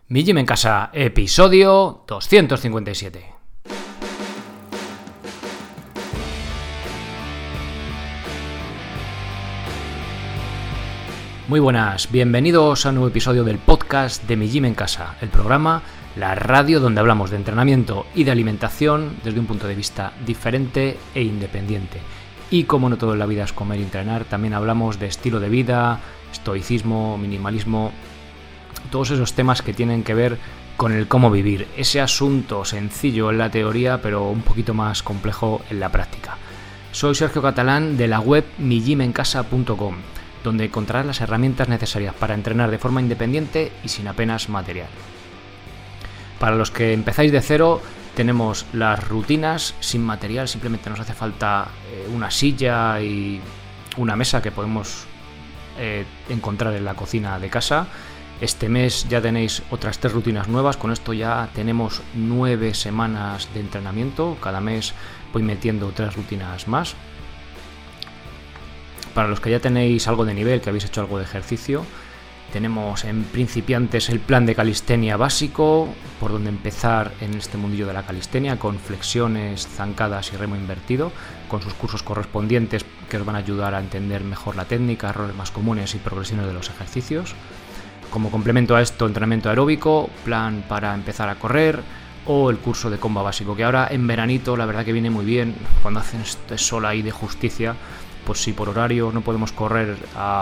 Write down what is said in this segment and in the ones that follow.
Mi Gym en Casa, episodio 257. Muy buenas, bienvenidos a un nuevo episodio del podcast de Mi Gym en Casa, el programa, la radio donde hablamos de entrenamiento y de alimentación desde un punto de vista diferente e independiente. Y como no todo en la vida es comer y entrenar, también hablamos de estilo de vida, estoicismo, minimalismo, todos esos temas que tienen que ver con el cómo vivir, ese asunto sencillo en la teoría pero un poquito más complejo en la práctica. Soy Sergio Catalán de la web migymencasa.com, donde encontrarás las herramientas necesarias para entrenar de forma independiente y sin apenas material. Para los que empezáis de cero, tenemos las rutinas sin material, simplemente nos hace falta una silla y una mesa que podemos encontrar en la cocina de casa. Este mes ya tenéis otras 3 rutinas nuevas, con esto ya tenemos 9 semanas de entrenamiento, cada mes voy metiendo 3 rutinas más. Para los que ya tenéis algo de nivel, que habéis hecho algo de ejercicio, tenemos en principiantes el plan de calistenia básico, por donde empezar en este mundillo de la calistenia, con flexiones, zancadas y remo invertido, con sus cursos correspondientes que os van a ayudar a entender mejor la técnica, errores más comunes y progresiones de los ejercicios. Como complemento a esto, entrenamiento aeróbico, plan para empezar a correr o el curso de comba básico, que ahora en veranito la verdad que viene muy bien, cuando hacen este sol ahí de justicia, pues si por horario no podemos correr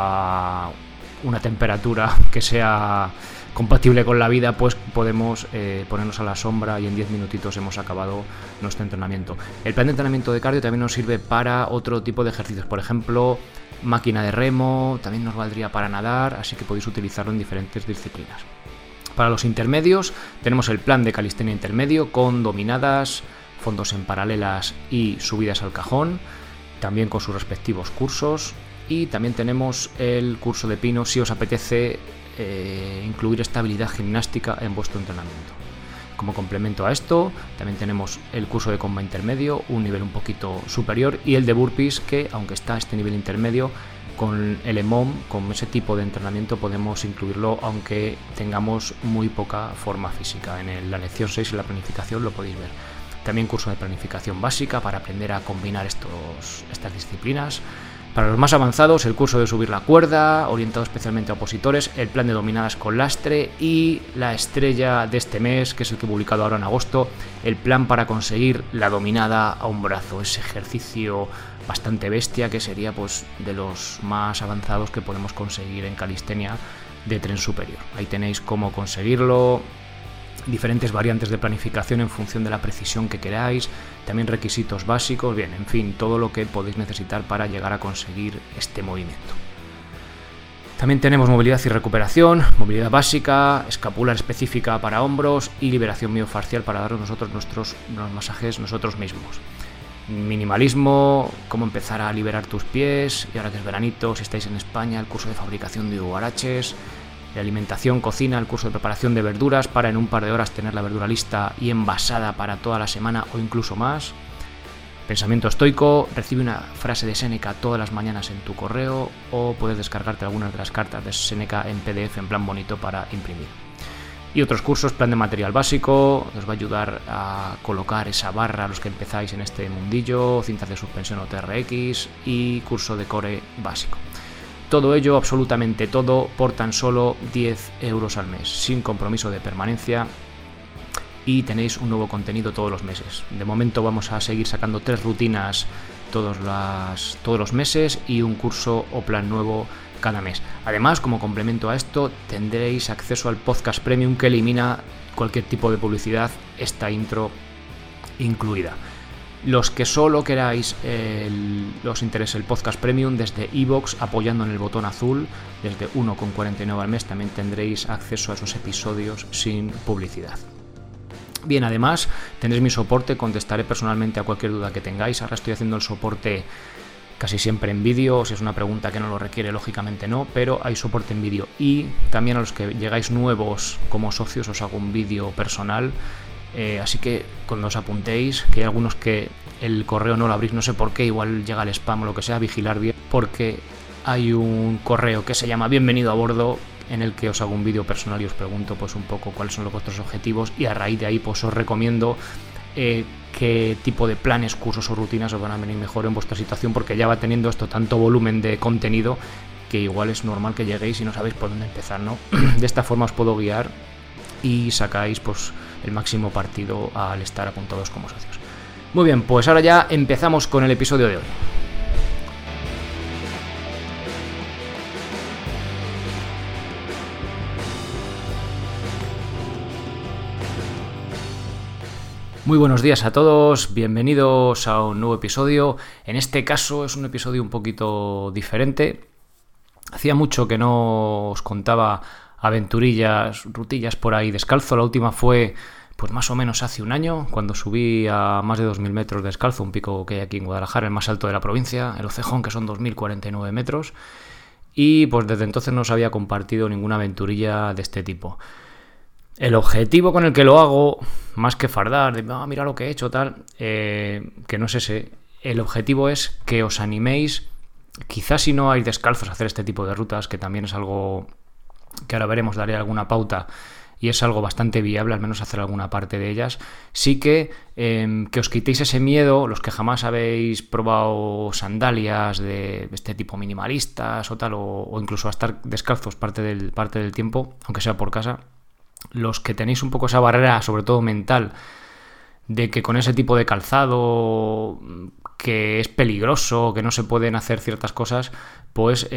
a una temperatura que sea compatible con la vida, pues podemos ponernos a la sombra y en 10 minutitos hemos acabado nuestro entrenamiento. El plan de entrenamiento de cardio también nos sirve para otro tipo de ejercicios, por ejemplo, máquina de remo, también nos valdría para nadar, así que podéis utilizarlo en diferentes disciplinas. Para los intermedios tenemos el plan de calistenia intermedio con dominadas, fondos en paralelas y subidas al cajón, también con sus respectivos cursos, y también tenemos el curso de pino si os apetece incluir esta habilidad gimnástica en vuestro entrenamiento. Como complemento a esto, también tenemos el curso de comba intermedio, un nivel un poquito superior, y el de burpees, que aunque está a este nivel intermedio, con el EMOM, con ese tipo de entrenamiento podemos incluirlo aunque tengamos muy poca forma física. En la lección 6 en la planificación lo podéis ver. También curso de planificación básica para aprender a combinar estas disciplinas. Para los más avanzados, el curso de subir la cuerda, orientado especialmente a opositores, el plan de dominadas con lastre y la estrella de este mes, que es el que he publicado ahora en agosto, el plan para conseguir la dominada a un brazo, ese ejercicio bastante bestia que sería pues de los más avanzados que podemos conseguir en calistenia de tren superior. Ahí tenéis cómo conseguirlo, diferentes variantes de planificación en función de la precisión que queráis, también requisitos básicos, bien, en fin, todo lo que podéis necesitar para llegar a conseguir este movimiento. También tenemos movilidad y recuperación, movilidad básica, escapular específica para hombros y liberación miofascial para darnos nosotros nuestros masajes nosotros mismos. Minimalismo, cómo empezar a liberar tus pies, y ahora que es veranito, si estáis en España, el curso de fabricación de huaraches, de alimentación, cocina, el curso de preparación de verduras para en un par de horas tener la verdura lista y envasada para toda la semana o incluso más. Pensamiento estoico, recibe una frase de Séneca todas las mañanas en tu correo o puedes descargarte algunas de las cartas de Séneca en PDF en plan bonito para imprimir. Y otros cursos, plan de material básico, os va a ayudar a colocar esa barra a los que empezáis en este mundillo, cintas de suspensión o TRX y curso de core básico. Todo ello, absolutamente todo, por tan solo 10 euros al mes, sin compromiso de permanencia, y tenéis un nuevo contenido todos los meses. De momento vamos a seguir sacando 3 rutinas todos los meses y un curso o plan nuevo cada mes. Además, como complemento a esto, tendréis acceso al podcast premium que elimina cualquier tipo de publicidad, esta intro incluida. Los que solo queráis os interese el podcast premium, desde iVoox, apoyando en el botón azul, desde 1,49 al mes también tendréis acceso a esos episodios sin publicidad. Bien, además tendréis mi soporte, contestaré personalmente a cualquier duda que tengáis. Ahora estoy haciendo el soporte casi siempre en vídeo, si es una pregunta que no lo requiere, lógicamente no, pero hay soporte en vídeo. Y también a los que llegáis nuevos como socios os hago un vídeo personal. Así que cuando os apuntéis, que hay algunos que el correo no lo abrís, no sé por qué, igual llega el spam o lo que sea, vigilar bien, porque hay un correo que se llama Bienvenido a bordo en el que os hago un vídeo personal y os pregunto pues un poco cuáles son vuestros objetivos, y a raíz de ahí pues os recomiendo qué tipo de planes, cursos o rutinas os van a venir mejor en vuestra situación, porque ya va teniendo esto tanto volumen de contenido que igual es normal que lleguéis y no sabéis por dónde empezar, ¿no? De esta forma os puedo guiar y sacáis pues el máximo partido al estar apuntados como socios. Muy bien, pues ahora ya empezamos con el episodio de hoy. Muy buenos días a todos, bienvenidos a un nuevo episodio. En este caso es un episodio un poquito diferente. Hacía mucho que no os contaba aventurillas, rutillas por ahí descalzo. La última fue pues más o menos hace un año, cuando subí a más de 2.000 metros descalzo, un pico que hay aquí en Guadalajara, el más alto de la provincia, el Ocejón, que son 2.049 metros. Y pues desde entonces no os había compartido ninguna aventurilla de este tipo. El objetivo con el que lo hago, más que fardar, de mira lo que he hecho, tal, que no es ese. El objetivo es que os animéis, quizás si no hay descalzos, a hacer este tipo de rutas, que también es algo que ahora veremos, daré alguna pauta, y es algo bastante viable, al menos hacer alguna parte de ellas. Sí que os quitéis ese miedo, los que jamás habéis probado sandalias de este tipo minimalistas o tal, o incluso a estar descalzos parte del tiempo, aunque sea por casa. Los que tenéis un poco esa barrera, sobre todo mental, de que con ese tipo de calzado que es peligroso, que no se pueden hacer ciertas cosas, pues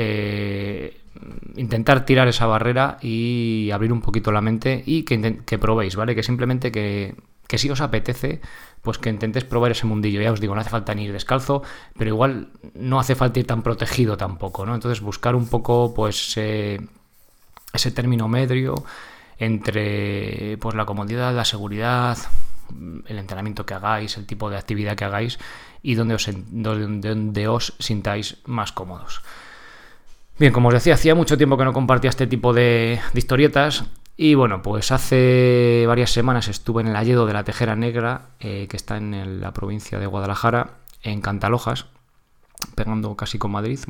intentar tirar esa barrera y abrir un poquito la mente y que probéis, ¿vale? Que simplemente que si os apetece, pues que intentéis probar ese mundillo. Ya os digo, no hace falta ni ir descalzo, pero igual no hace falta ir tan protegido tampoco, ¿no? Entonces buscar un poco pues ese término medio entre pues la comodidad, la seguridad, el entrenamiento que hagáis, el tipo de actividad que hagáis y donde os sintáis más cómodos. Bien, como os decía, hacía mucho tiempo que no compartía este tipo de historietas y bueno, pues hace varias semanas estuve en el Alledo de la Tejera Negra, que está en la provincia de Guadalajara, en Cantalojas, pegando con Madrid.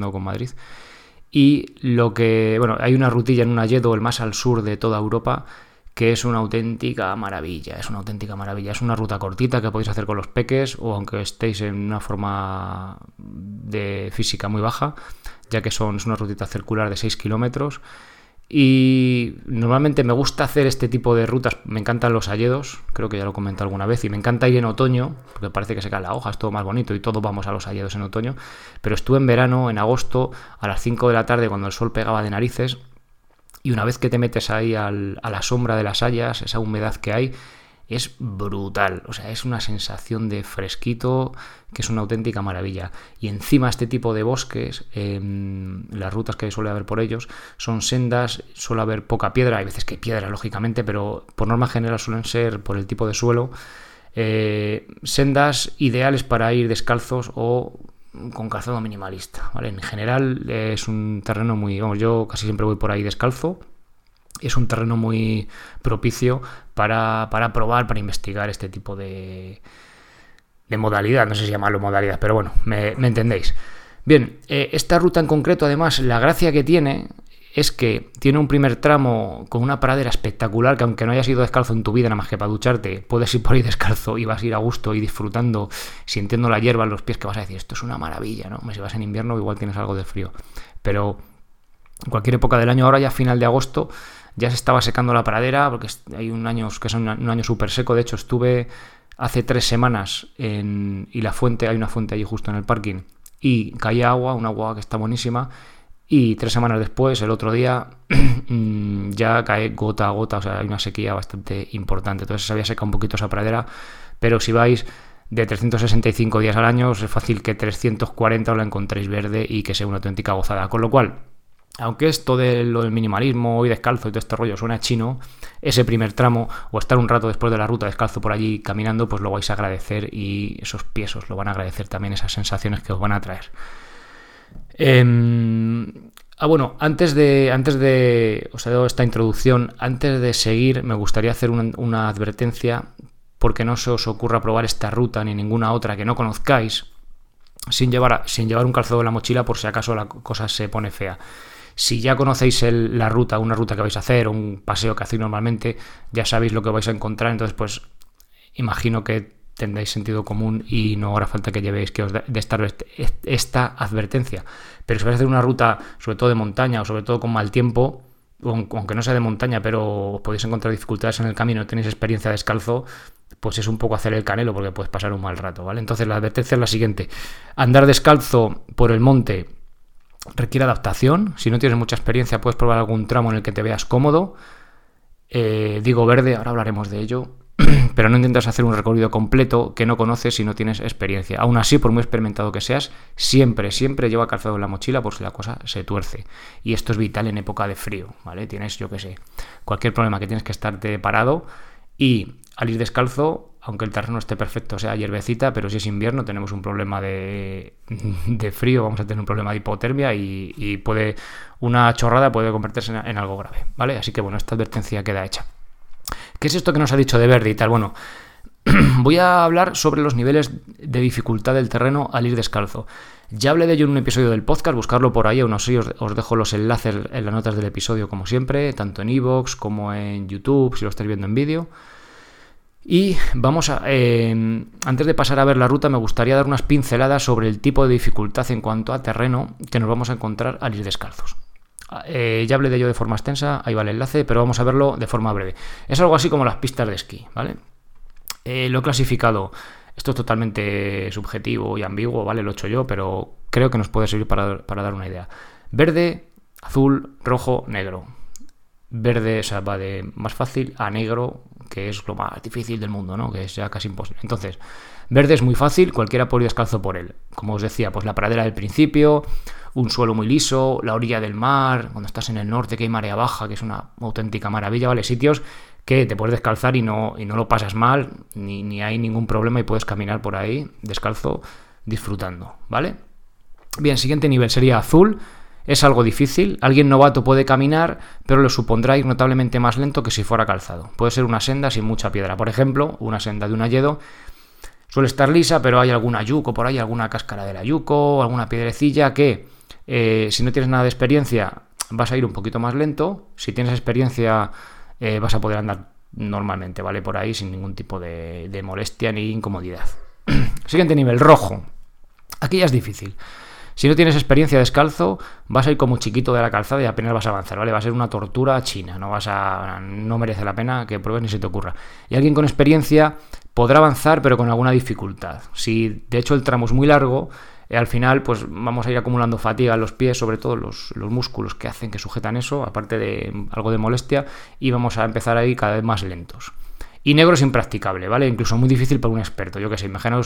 Y hay una rutilla en un Alledo, el más al sur de toda Europa, que es una auténtica maravilla. Es una ruta cortita que podéis hacer con los peques, o aunque estéis en una forma de física muy baja, ya que es una rutita circular de 6 kilómetros. Y normalmente me gusta hacer este tipo de rutas, me encantan los alledos, creo que ya lo he comentado alguna vez, y me encanta ir en otoño, porque parece que se cae la hoja, es todo más bonito y todos vamos a los alledos en otoño, pero estuve en verano, en agosto, a las 5 de la tarde cuando el sol pegaba de narices, y una vez que te metes ahí a la sombra de las hayas, esa humedad que hay, es brutal, o sea, es una sensación de fresquito que es una auténtica maravilla. Y encima este tipo de bosques, las rutas que suele haber por ellos, son sendas, suele haber poca piedra, hay veces que hay piedra lógicamente, pero por norma general suelen ser, por el tipo de suelo, sendas ideales para ir descalzos o con calzado minimalista, ¿vale? En general es un terreno yo casi siempre voy por ahí descalzo. Es un terreno muy propicio para probar, para investigar este tipo de modalidad. No sé si llamarlo modalidad, pero bueno, me entendéis. Bien, esta ruta en concreto, además, la gracia que tiene es que tiene un primer tramo con una pradera espectacular, que aunque no hayas ido descalzo en tu vida, nada más que para ducharte, puedes ir por ahí descalzo y vas a ir a gusto y disfrutando, sintiendo la hierba en los pies, que vas a decir, esto es una maravilla, ¿no? Si vas en invierno igual tienes algo de frío. Pero en cualquier época del año, ahora ya final de agosto, ya se estaba secando la pradera, porque hay un año que es un año súper seco. De hecho, estuve hace 3 semanas y hay una fuente allí justo en el parking, y caía agua, un agua que está buenísima, y 3 semanas después, el otro día, ya cae gota a gota, o sea, hay una sequía bastante importante. Entonces se había secado un poquito esa pradera, pero si vais de 365 días al año, es fácil que 340 os la encontréis verde y que sea una auténtica gozada. Con lo cual, aunque esto de lo del minimalismo y descalzo y todo este rollo suena chino, ese primer tramo o estar un rato después de la ruta descalzo por allí caminando, pues lo vais a agradecer, y esos pies os lo van a agradecer también, esas sensaciones que os van a traer. Antes de os he dado esta introducción, antes de seguir me gustaría hacer una advertencia, porque no se os ocurra probar esta ruta ni ninguna otra que no conozcáis sin llevar un calzado en la mochila por si acaso la cosa se pone fea. Si ya conocéis una ruta que vais a hacer o un paseo que hacéis normalmente, ya sabéis lo que vais a encontrar, entonces pues imagino que tendréis sentido común y no hará falta que llevéis que os de esta advertencia. Pero si vais a hacer una ruta, sobre todo de montaña o sobre todo con mal tiempo, aunque no sea de montaña, pero os podéis encontrar dificultades en el camino, tenéis experiencia descalzo, pues es un poco hacer el canelo porque puedes pasar un mal rato, ¿vale? Entonces la advertencia es la siguiente: andar descalzo por el monte requiere adaptación. Si no tienes mucha experiencia, puedes probar algún tramo en el que te veas cómodo. Digo verde, ahora hablaremos de ello. Pero no intentas hacer un recorrido completo que no conoces si no tienes experiencia. Aún así, por muy experimentado que seas, siempre lleva calzado en la mochila por si la cosa se tuerce. Y esto es vital en época de frío, ¿vale? Tienes, yo qué sé, cualquier problema que tienes que estarte parado, y al ir descalzo, aunque el terreno esté perfecto, sea hierbecita, pero si es invierno tenemos un problema de frío, vamos a tener un problema de hipotermia y una chorrada puede convertirse en algo grave, ¿vale? Así que bueno, esta advertencia queda hecha. ¿Qué es esto que nos ha dicho de verde y tal? Bueno, voy a hablar sobre los niveles de dificultad del terreno al ir descalzo. Ya hablé de ello en un episodio del podcast, buscarlo por ahí, aún así os dejo los enlaces en las notas del episodio como siempre, tanto en iVoox como en YouTube, si lo estáis viendo en vídeo. Y vamos antes de pasar a ver la ruta, me gustaría dar unas pinceladas sobre el tipo de dificultad en cuanto a terreno que nos vamos a encontrar al ir descalzos. Ya hablé de ello de forma extensa, ahí va el enlace, pero vamos a verlo de forma breve. Es algo así como las pistas de esquí, ¿vale? Lo he clasificado, esto es totalmente subjetivo y ambiguo, ¿vale? Lo he hecho yo, pero creo que nos puede servir para dar una idea. Verde, azul, rojo, negro. Verde, o sea, va de más fácil a negro, que es lo más difícil del mundo, ¿no? Que es ya casi imposible. Entonces, verde es muy fácil, cualquiera puede ir descalzo por él. Como os decía, pues la pradera del principio, un suelo muy liso, la orilla del mar, cuando estás en el norte que hay marea baja, que es una auténtica maravilla, ¿vale? Sitios que te puedes descalzar y no lo pasas mal, ni hay ningún problema y puedes caminar por ahí descalzo disfrutando, ¿vale? Bien, siguiente nivel sería azul. Es algo difícil, alguien novato puede caminar, pero lo supondrá ir notablemente más lento que si fuera calzado. Puede ser una senda sin mucha piedra, por ejemplo, una senda de un hayedo suele estar lisa, pero hay alguna yuco por ahí, alguna cáscara de la yuco, alguna piedrecilla que si no tienes nada de experiencia vas a ir un poquito más lento. Si tienes experiencia vas a poder andar normalmente, ¿vale? Por ahí sin ningún tipo de molestia ni incomodidad. Siguiente nivel, rojo. Aquí ya es difícil. Si no tienes experiencia descalzo, vas a ir como chiquito de la calzada y apenas vas a avanzar, ¿vale? Va a ser una tortura china, no merece la pena que pruebes ni se te ocurra. Y alguien con experiencia podrá avanzar, pero con alguna dificultad. Si de hecho el tramo es muy largo, al final pues vamos a ir acumulando fatiga en los pies, sobre todo los músculos que hacen, que sujetan eso, aparte de algo de molestia, y vamos a empezar a ir cada vez más lentos. Y negro es impracticable, ¿vale? Incluso muy difícil para un experto. Yo qué sé, imaginaos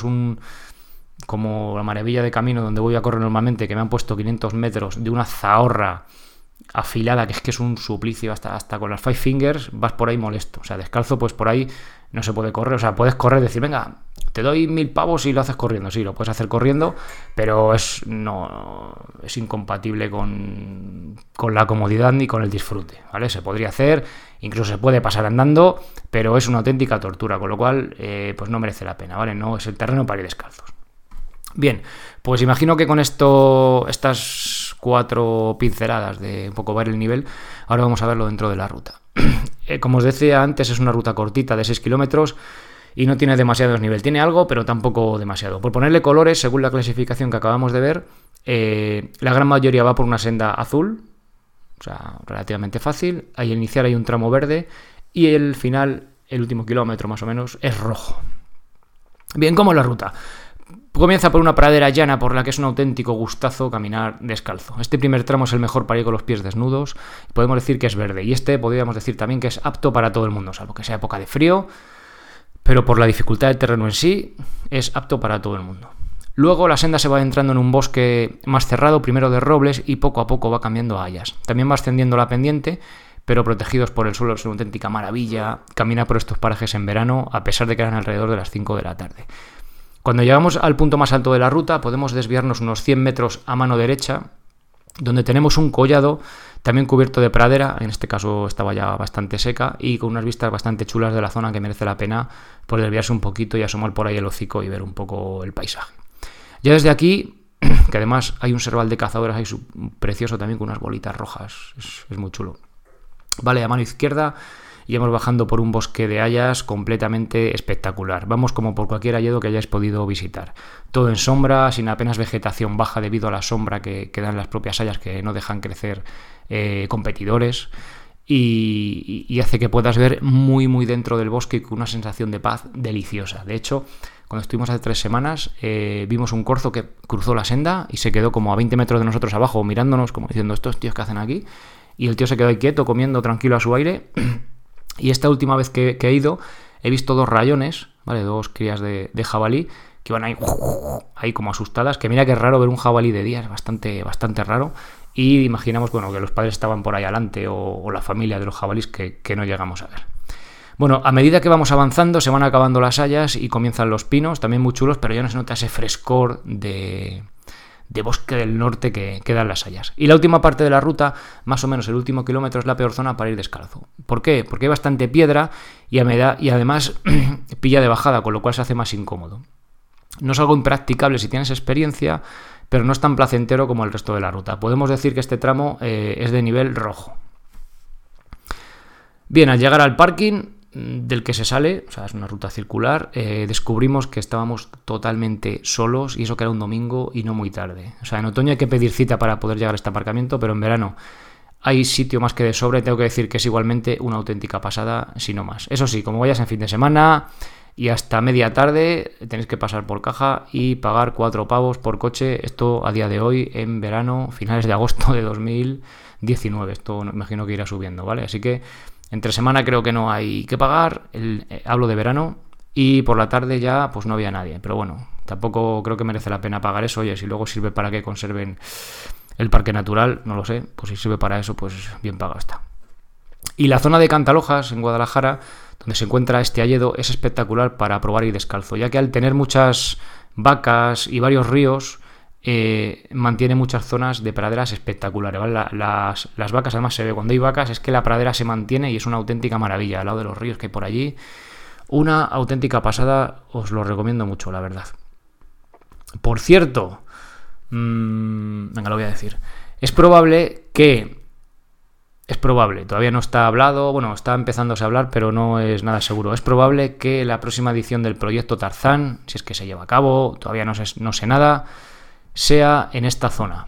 como la maravilla de camino donde voy a correr normalmente, que me han puesto 500 metros de una zahorra afilada, que es un suplicio, hasta con las five fingers vas por ahí molesto. O sea, descalzo pues por ahí no se puede correr. O sea, puedes correr y decir, venga, te doy 1000 pavos y lo haces corriendo. Sí, lo puedes hacer corriendo, pero es incompatible con la comodidad ni con el disfrute, ¿vale? Se podría hacer, incluso se puede pasar andando, pero es una auténtica tortura, con lo cual pues no merece la pena, ¿vale? No es el terreno para ir descalzos. Bien, pues imagino que con estas 4 pinceladas de un poco ver el nivel, ahora vamos a verlo dentro de la ruta. Como os decía antes, es una ruta cortita de 6 kilómetros y no tiene demasiados niveles. Tiene algo, pero tampoco demasiado. Por ponerle colores, según la clasificación que acabamos de ver, la gran mayoría va por una senda azul, o sea, relativamente fácil. Al iniciar hay un tramo verde y el final, el último kilómetro más o menos, es rojo. Bien, ¿cómo es la ruta? Comienza por una pradera llana por la que es un auténtico gustazo caminar descalzo. Este primer tramo es el mejor para ir con los pies desnudos. Podemos decir que es verde. Y podríamos decir también que es apto para todo el mundo, salvo que sea época de frío. Pero por la dificultad del terreno en sí, es apto para todo el mundo. Luego la senda se va adentrando en un bosque más cerrado, primero de robles, y poco a poco va cambiando a hayas. También va ascendiendo la pendiente, pero protegidos por el suelo. Es una auténtica maravilla caminar por estos parajes en verano, a pesar de que eran alrededor de las 5 de la tarde. Cuando llegamos al punto más alto de la ruta, podemos desviarnos unos 100 metros a mano derecha, donde tenemos un collado también cubierto de pradera. En este caso estaba ya bastante seca y con unas vistas bastante chulas de la zona que merece la pena por desviarse un poquito y asomar por ahí el hocico y ver un poco el paisaje. Ya desde aquí que además hay un serval de cazadores ahí precioso también con unas bolitas rojas, es muy chulo. Vale, a mano izquierda íbamos bajando por un bosque de hayas completamente espectacular. Vamos como por cualquier hayedo que hayáis podido visitar. Todo en sombra, sin apenas vegetación baja debido a la sombra que dan las propias hayas que no dejan crecer competidores. Y hace que puedas ver muy muy dentro del bosque con una sensación de paz deliciosa. De hecho, cuando estuvimos hace 3 semanas, vimos un corzo que cruzó la senda y se quedó como a 20 metros de nosotros abajo mirándonos como diciendo, ¿estos tíos qué hacen aquí? Y el tío se quedó ahí quieto, comiendo tranquilo a su aire. Y esta última vez que he ido, he visto 2 rayones, ¿vale? 2 crías de jabalí que van ahí como asustadas. Que mira que es raro ver un jabalí de día, es bastante raro. Y imaginamos, bueno, que los padres estaban por ahí adelante o la familia de los jabalís que no llegamos a ver. Bueno, a medida que vamos avanzando se van acabando las hayas y comienzan los pinos, también muy chulos, pero ya no se nota ese frescor de bosque del norte que dan las hayas. Y la última parte de la ruta, más o menos el último kilómetro, es la peor zona para ir descalzo. ¿Por qué? Porque hay bastante piedra y además pilla de bajada, con lo cual se hace más incómodo. No es algo impracticable si tienes experiencia, pero no es tan placentero como el resto de la ruta. Podemos decir que este tramo es de nivel rojo. Bien, al llegar al parking del que se sale, o sea, es una ruta circular, descubrimos que estábamos totalmente solos, y eso que era un domingo y no muy tarde. O sea, en otoño hay que pedir cita para poder llegar a este aparcamiento, pero en verano hay sitio más que de sobra y tengo que decir que es igualmente una auténtica pasada, si no más. Eso sí, como vayas en fin de semana y hasta media tarde, tenéis que pasar por caja y pagar 4 pavos por coche. Esto a día de hoy, en verano, finales de agosto de 2019. Esto me imagino que irá subiendo, ¿vale? Así que entre semana creo que no hay que pagar, hablo de verano, y por la tarde ya pues no había nadie. Pero bueno, tampoco creo que merece la pena pagar eso. Oye, si luego sirve para que conserven el parque natural, no lo sé, pues si sirve para eso, pues bien pagado está. Y la zona de Cantalojas, en Guadalajara, donde se encuentra este hayedo, es espectacular para probar ir descalzo, ya que al tener muchas vacas y varios ríos, mantiene muchas zonas de praderas espectaculares, ¿vale? Las vacas, además se ve cuando hay vacas, es que la pradera se mantiene y es una auténtica maravilla, al lado de los ríos que hay por allí. Una auténtica pasada, os lo recomiendo mucho, la verdad. Por cierto, venga, lo voy a decir. Es probable, todavía no está hablado, bueno, está empezándose a hablar, pero no es nada seguro. Es probable que la próxima edición del proyecto Tarzán, si es que se lleva a cabo, todavía no sé nada, sea en esta zona.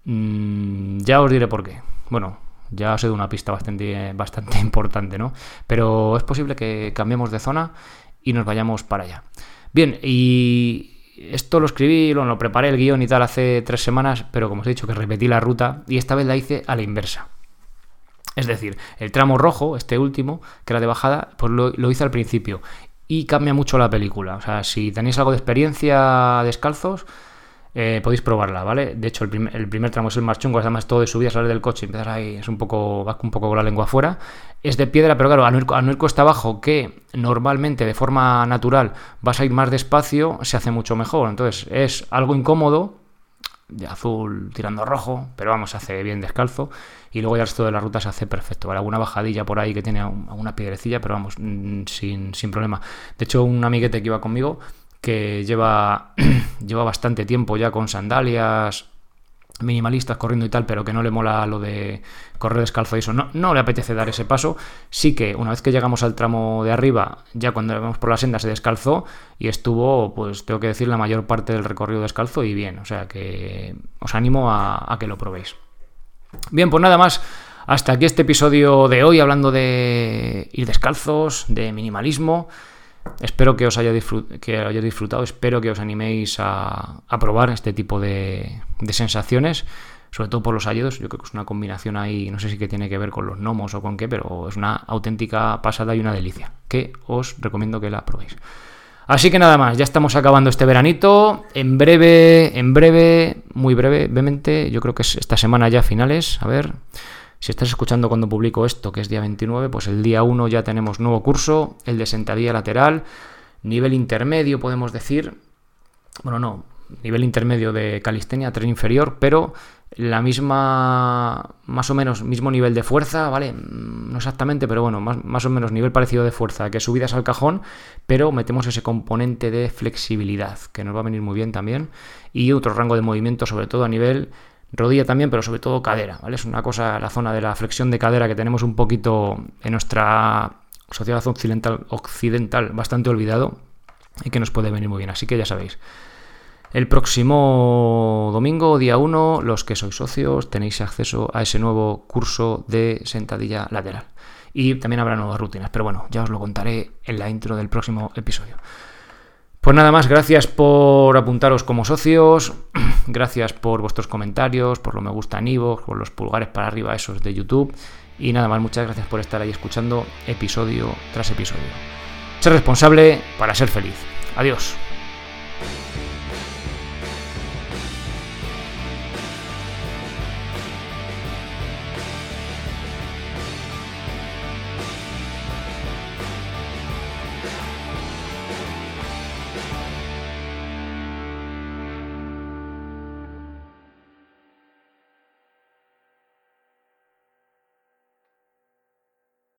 Ya os diré por qué. Bueno, ya os he dado una pista bastante importante, ¿no? Pero es posible que cambiemos de zona y nos vayamos para allá. Bien, y esto lo escribí, lo preparé el guión y tal hace 3 semanas, pero como os he dicho que repetí la ruta y esta vez la hice a la inversa. Es decir, el tramo rojo, este último, que era de bajada, pues lo hice al principio y cambia mucho la película. O sea, si tenéis algo de experiencia descalzos, podéis probarla, ¿vale? De hecho, el primer tramo es el más chungo, además todo de subida, salir del coche, empezar ahí, vas un poco con la lengua afuera. Es de piedra, pero claro, al no ir cuesta abajo, que normalmente de forma natural vas a ir más despacio, se hace mucho mejor. Entonces, es algo incómodo, de azul tirando a rojo, pero vamos, se hace bien descalzo. Y luego ya el resto de la ruta se hace perfecto, ¿vale? Alguna bajadilla por ahí que tiene alguna piedrecilla, pero vamos, sin problema. De hecho, un amiguete que iba conmigo, que lleva bastante tiempo ya con sandalias minimalistas corriendo y tal, pero que no le mola lo de correr descalzo y eso, no le apetece dar ese paso. Sí que una vez que llegamos al tramo de arriba, ya cuando vamos por la senda, se descalzó y estuvo, pues tengo que decir, la mayor parte del recorrido descalzo y bien. O sea que os animo a que lo probéis. Bien, pues nada más. Hasta aquí este episodio de hoy, hablando de ir descalzos, de minimalismo. Espero que os hayáis disfrutado, espero que os animéis a probar este tipo de sensaciones, sobre todo por los hayedos. Yo creo que es una combinación ahí, no sé si que tiene que ver con los gnomos o con qué, pero es una auténtica pasada y una delicia, que os recomiendo que la probéis. Así que nada más, ya estamos acabando este veranito, en breve, muy brevemente, yo creo que es esta semana ya finales, a ver... Si estás escuchando cuando publico esto, que es día 29, pues el día 1 ya tenemos nuevo curso, el de sentadilla lateral, nivel intermedio podemos decir. Bueno, no, nivel intermedio de calistenia, tren inferior, pero la misma, más o menos, mismo nivel de fuerza, ¿vale? No exactamente, pero bueno, más o menos nivel parecido de fuerza que subidas al cajón, pero metemos ese componente de flexibilidad, que nos va a venir muy bien también, y otro rango de movimiento, sobre todo a nivel rodilla también, pero sobre todo cadera, ¿vale? Es una cosa, la zona de la flexión de cadera que tenemos un poquito en nuestra sociedad occidental bastante olvidado y que nos puede venir muy bien, así que ya sabéis. El próximo domingo, día 1, los que sois socios tenéis acceso a ese nuevo curso de sentadilla lateral. Y también habrá nuevas rutinas, pero bueno, ya os lo contaré en la intro del próximo episodio. Pues nada más, gracias por apuntaros como socios, gracias por vuestros comentarios, por lo me gusta en iVoox, por los pulgares para arriba esos de YouTube. Y nada más, muchas gracias por estar ahí escuchando episodio tras episodio. Ser responsable para ser feliz. Adiós.